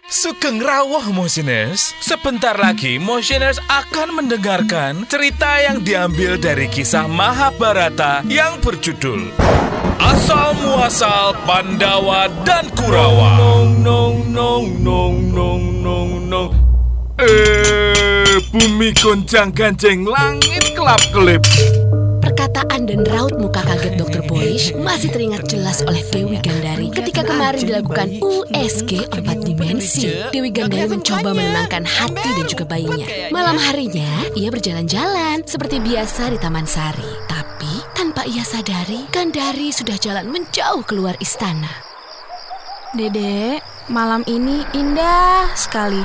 Sugeng rawuh Motioners. Sebentar lagi Motioners akan mendengarkan cerita yang diambil dari kisah Mahabharata yang berjudul Asal Muasal Pandawa dan Kurawa. Bumi goncang ganjeng, langit kelap-kelip. Perkataan dan raut muka kaget Dr. Boyish masih teringat jelas oleh Dewi Gandari ketika kemarin dilakukan USG 4 dimensi. Dewi Gandari mencoba menenangkan hati dan juga bayinya. Malam harinya, ia berjalan-jalan seperti biasa di Taman Sari. Tapi, tanpa ia sadari, Gandari sudah jalan menjauh keluar istana. Dedek, malam ini indah sekali.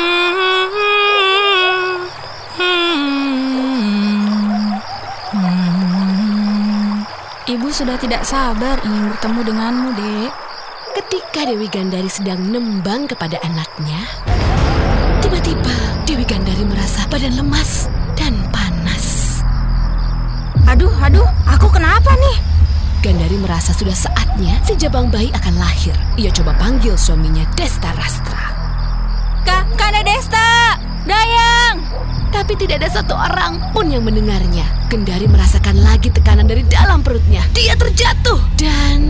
Ibu sudah tidak sabar ingin bertemu denganmu, Dek. Ketika Dewi Gandari sedang nembang kepada anaknya, tiba-tiba Dewi Gandari merasa badan lemas dan panas. Aduh, aku kenapa nih? Gandari merasa sudah saatnya si jabang bayi akan lahir. Ia coba panggil suaminya Desta Rastra. Kanda Desta, Dayang. Tapi tidak ada satu orang pun yang mendengarnya. Gandari merasakan lagi tekanan dari dalam perutnya. Dia terjatuh dan...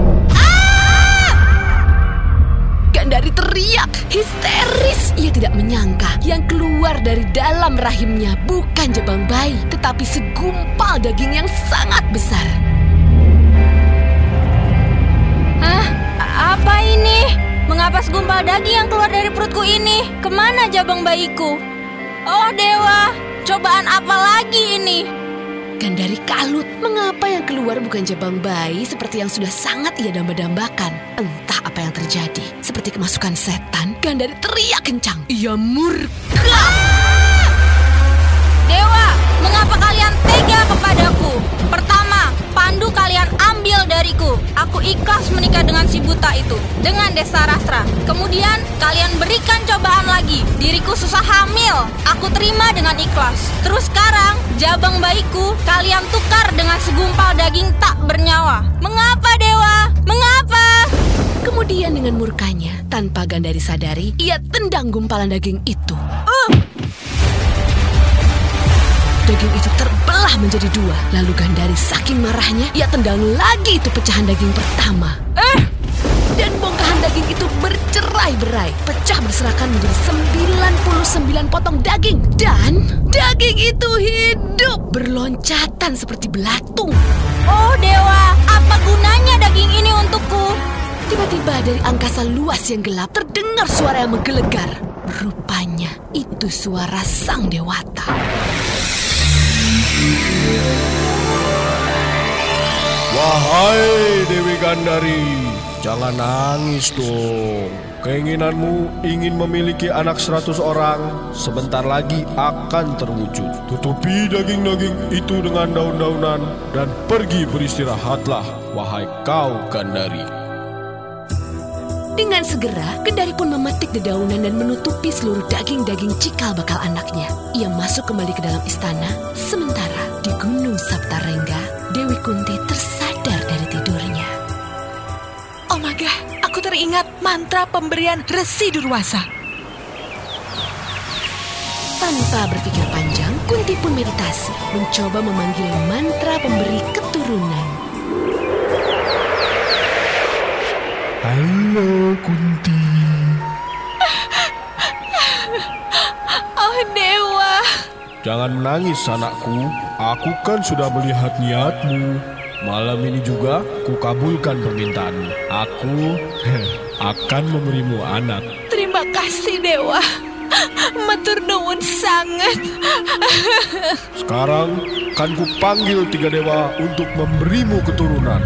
Gandari teriak, histeris. Ia tidak menyangka yang keluar dari dalam rahimnya bukan jabang bayi, tetapi segumpal daging yang sangat besar. Apa ini? Mengapa segumpal daging yang keluar dari perutku ini? Kemana jabang bayiku? Oh Dewa, cobaan apa lagi ini? Gandari kalut. Mengapa yang keluar bukan jabang bayi seperti yang sudah sangat ia damba-dambakan? Entah apa yang terjadi. Seperti kemasukan setan, Gandari teriak kencang. Ia murka. Dewa, mengapa kalian tega kepadaku? Pertama, Pandu kalian ambil dariku. Aku ikhlas menikah dengan si buta itu, dengan Desta Rastra. Kemudian kalian berikan cobaan lagi. Diriku susah hamil, aku terima dengan ikhlas. Terus sekarang jabang bayiku kalian tukar dengan segumpal daging tak bernyawa. Mengapa Dewa? Mengapa? Kemudian dengan murkanya, tanpa Gandari sadari, ia tendang gumpalan daging itu. Daging itu terbelah menjadi dua. Lalu Gandari saking marahnya, ia tendang lagi itu pecahan daging pertama. Dan bongkahan daging itu bercerai-berai, pecah berserakan menjadi 99 potong daging. Dan daging itu hidup, berloncatan seperti belatung. Oh Dewa, apa gunanya daging ini untukku? Tiba-tiba dari angkasa luas yang gelap terdengar suara yang menggelegar. Rupanya itu suara sang dewata. Wahai Dewi Gandari, jangan nangis dong. Keinginanmu ingin memiliki anak 100 orang sebentar lagi akan terwujud. Tutupi daging-daging itu dengan daun-daunan dan pergi beristirahatlah, wahai kau Gandari. Dengan segera, Gandari pun memetik dedaunan dan menutupi seluruh daging-daging cikal bakal anaknya. Ia masuk kembali ke dalam istana. Sementara di Gunung Saptarengga, Dewi Kunti tersadar dari tidurnya. Oh maga, aku teringat mantra pemberian Resi Durwasa. Tanpa berpikir panjang, Kunti pun meditasi, mencoba memanggil mantra pemberi keturunan. Halo Kunti. Oh Dewa. Jangan menangis anakku, aku kan sudah melihat niatmu. Malam ini juga kukabulkan permintaanmu. Aku akan memberimu anak. Terima kasih Dewa. Matur nuwun sangat. Sekarang kan kupanggil 3 dewa untuk memberimu keturunan.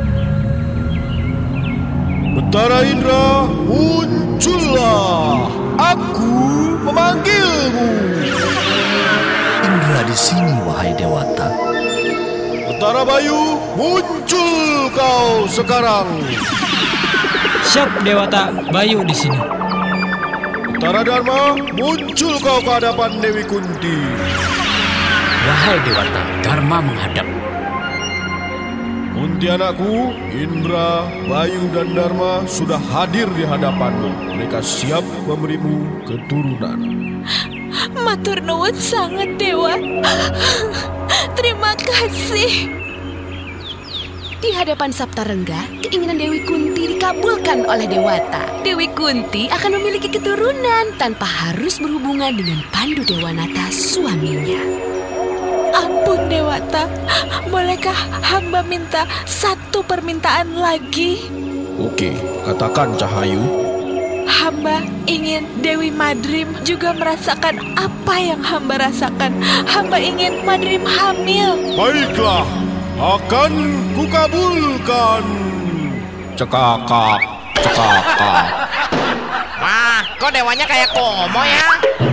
Betara Indra, muncullah! Aku memanggilmu. Indra di sini, wahai dewata. Betara Bayu, muncul kau sekarang. Siap Dewata, Bayu di sini. Betara Dharma, muncul kau ke hadapan Dewi Kunti. Wahai Dewata, Dharma menghadap. Kunti anakku, Indra, Bayu, dan Dharma sudah hadir di hadapanmu. Mereka siap memberimu keturunan. Matur nuwun sangat, Dewa. Terima kasih. Di hadapan Saptarengga, keinginan Dewi Kunti dikabulkan oleh Dewata. Dewi Kunti akan memiliki keturunan tanpa harus berhubungan dengan Pandu Dewanata, suaminya. Ampun Dewata, bolehkah hamba minta satu permintaan lagi? Oke, katakan Cahayu. Hamba ingin Dewi Madrim juga merasakan apa yang hamba rasakan. Hamba ingin Madrim hamil. Baiklah, akan kukabulkan. Cekakak, cekakak. Wah, kok dewanya kayak komo ya?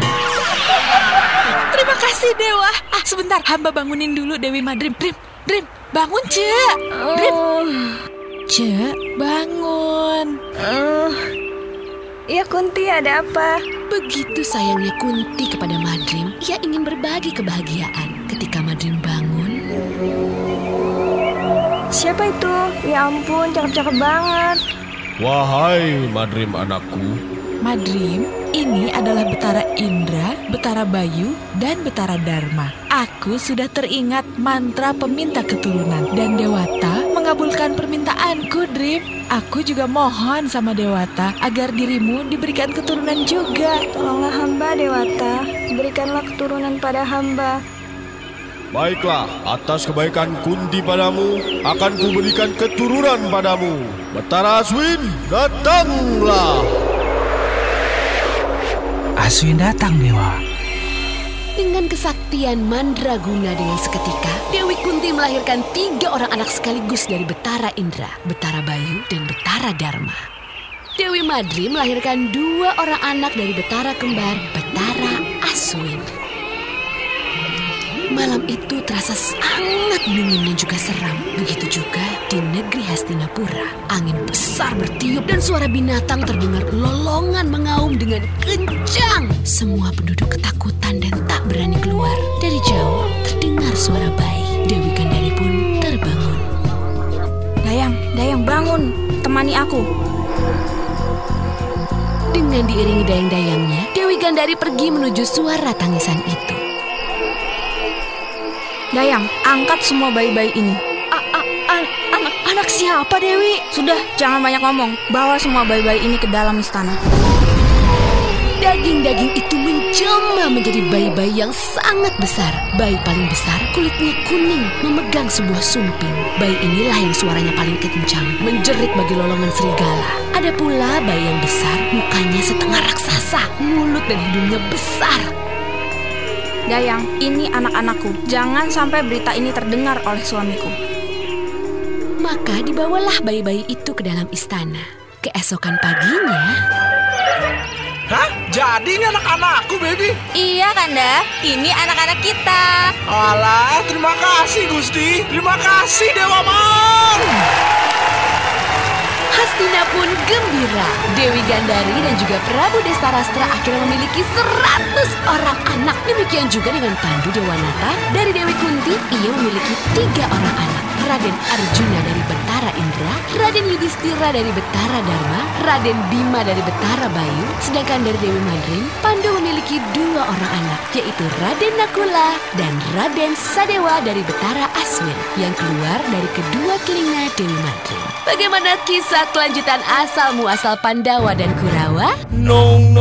Terima kasih Dewa. Sebentar, hamba bangunin dulu Dewi Madrim. Drim, bangun Cek. Drim. Cek, bangun. Ya Kunti, ada apa? Begitu sayangnya Kunti kepada Madrim, ia ingin berbagi kebahagiaan. Ketika Madrim bangun, Siapa itu? Ya ampun, cakep-cakep banget. Wahai Madrim anakku, Madrim, ini adalah Betara Indra, Betara Bayu, dan Betara Dharma. Aku sudah teringat mantra peminta keturunan dan Dewata mengabulkan permintaanku, Drim. Aku juga mohon sama Dewata agar dirimu diberikan keturunan juga. Tolonglah hamba, Dewata. Berikanlah keturunan pada hamba. baiklah, atas kebaikan Kunti padamu, akan kuberikan keturunan padamu. Betara Aswin, datanglah. Aswin datang, Dewa. dengan kesaktian mandraguna dengan seketika, Dewi Kunti melahirkan 3 orang anak sekaligus dari Betara Indra, Betara Bayu, dan Betara Dharma. Dewi Madrim melahirkan 2 orang anak dari Betara kembar, Betara Aswin. Malam itu terasa sangat dingin dan juga seram. Begitu juga di negeri Hastinapura. Angin besar bertiup dan suara binatang terdengar lolongan mengaum dengan kencang. Semua penduduk ketakutan dan tak berani keluar. Dari jauh terdengar suara bayi. Dewi Gandari pun terbangun. Dayang bangun, temani aku. Dengan diiringi dayang-dayangnya, Dewi Gandari pergi menuju suara tangisan itu. Dayang, angkat semua bayi-bayi ini. Anak siapa, Dewi? Sudah, jangan banyak ngomong. Bawa semua bayi-bayi ini ke dalam istana. Daging-daging itu menjelma menjadi bayi-bayi yang sangat besar. Bayi paling besar kulitnya kuning, memegang sebuah sumping. Bayi inilah yang suaranya paling kencang, menjerit bagi lolongan serigala. Ada pula bayi yang besar, mukanya setengah raksasa, mulut dan hidungnya besar. Dayang, ini anak-anakku. Jangan sampai berita ini terdengar oleh suamiku. Maka dibawalah bayi-bayi itu ke dalam istana. Keesokan paginya... Hah? Jadi ini anak-anakku, baby? Iya, Kanda. Ini anak-anak kita. Alah, terima kasih, Gusti. Terima kasih, Dewa Mang. Hastina pun gembira. Dewi Gandari dan juga Prabu Destarastra akhirnya memiliki 100 orang anak. Demikian juga dengan Pandu Dewanata. Dari Dewi Kunti, ia memiliki 3 orang anak. Raden Arjuna dari Betara Indra, Raden Yudhistira dari Betara Dharma, Raden Bima dari Betara Bayu. Sedangkan dari Dewi Madrim, Pandu memiliki 2 orang anak, yaitu Raden Nakula dan Raden Sadewa dari Betara Aswin, yang keluar dari kedua telinga Dewi Madrim. Bagaimana kisah kelanjutan asal muasal Pandawa dan Kurawa? Nong.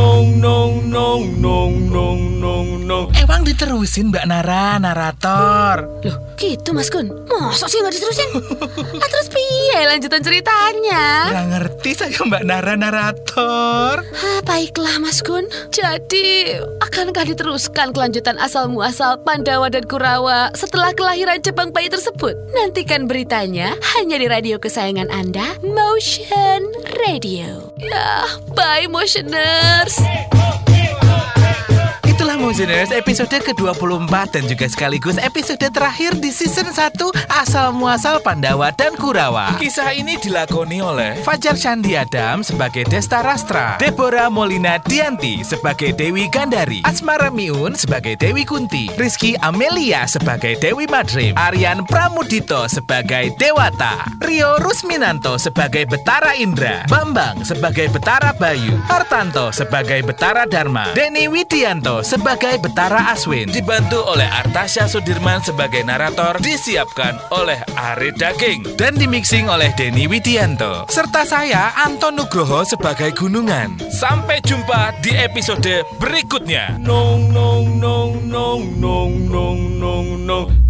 Emang diterusin Mbak Nara, narator? Loh, gitu Mas Kun? Masa sih nggak diterusin? Terus piye lanjutan ceritanya? Nggak ngerti saya Mbak Nara, narator. Baiklah Mas Kun. Jadi, akankah diteruskan kelanjutan asal muasal Pandawa dan Kurawa setelah kelahiran Jepang bayi tersebut? Nantikan beritanya hanya di radio kesayangan Anda, Motion Radio. Ya, bye Motioners. Itulah Itulah Motioners episode ke-24 dan juga sekaligus episode terakhir di season 1 Asal Muasal Pandawa dan Kurawa. Kisah ini dilakoni oleh Fajar Shandi Adam sebagai Desta Rastra, Deborah Molina Dianti sebagai Dewi Gandari, Asmara Miun sebagai Dewi Kunti, Rizky Amelia sebagai Dewi Madrim, Aryan Pramudito sebagai Dewata, Rio Rusminanto sebagai Betara Indra, Bambang sebagai Betara Bayu, Hartanto sebagai Betara Dharma, Denny Widianto sebagai Betara Aswin, dibantu oleh Artasya Sudirman sebagai narator, disiapkan oleh Ari Daging dan dimixing oleh Denny Widianto, serta saya Anton Nugroho sebagai Gunungan. Sampai jumpa di episode berikutnya. Nong nong nong nong nong nong nong nong.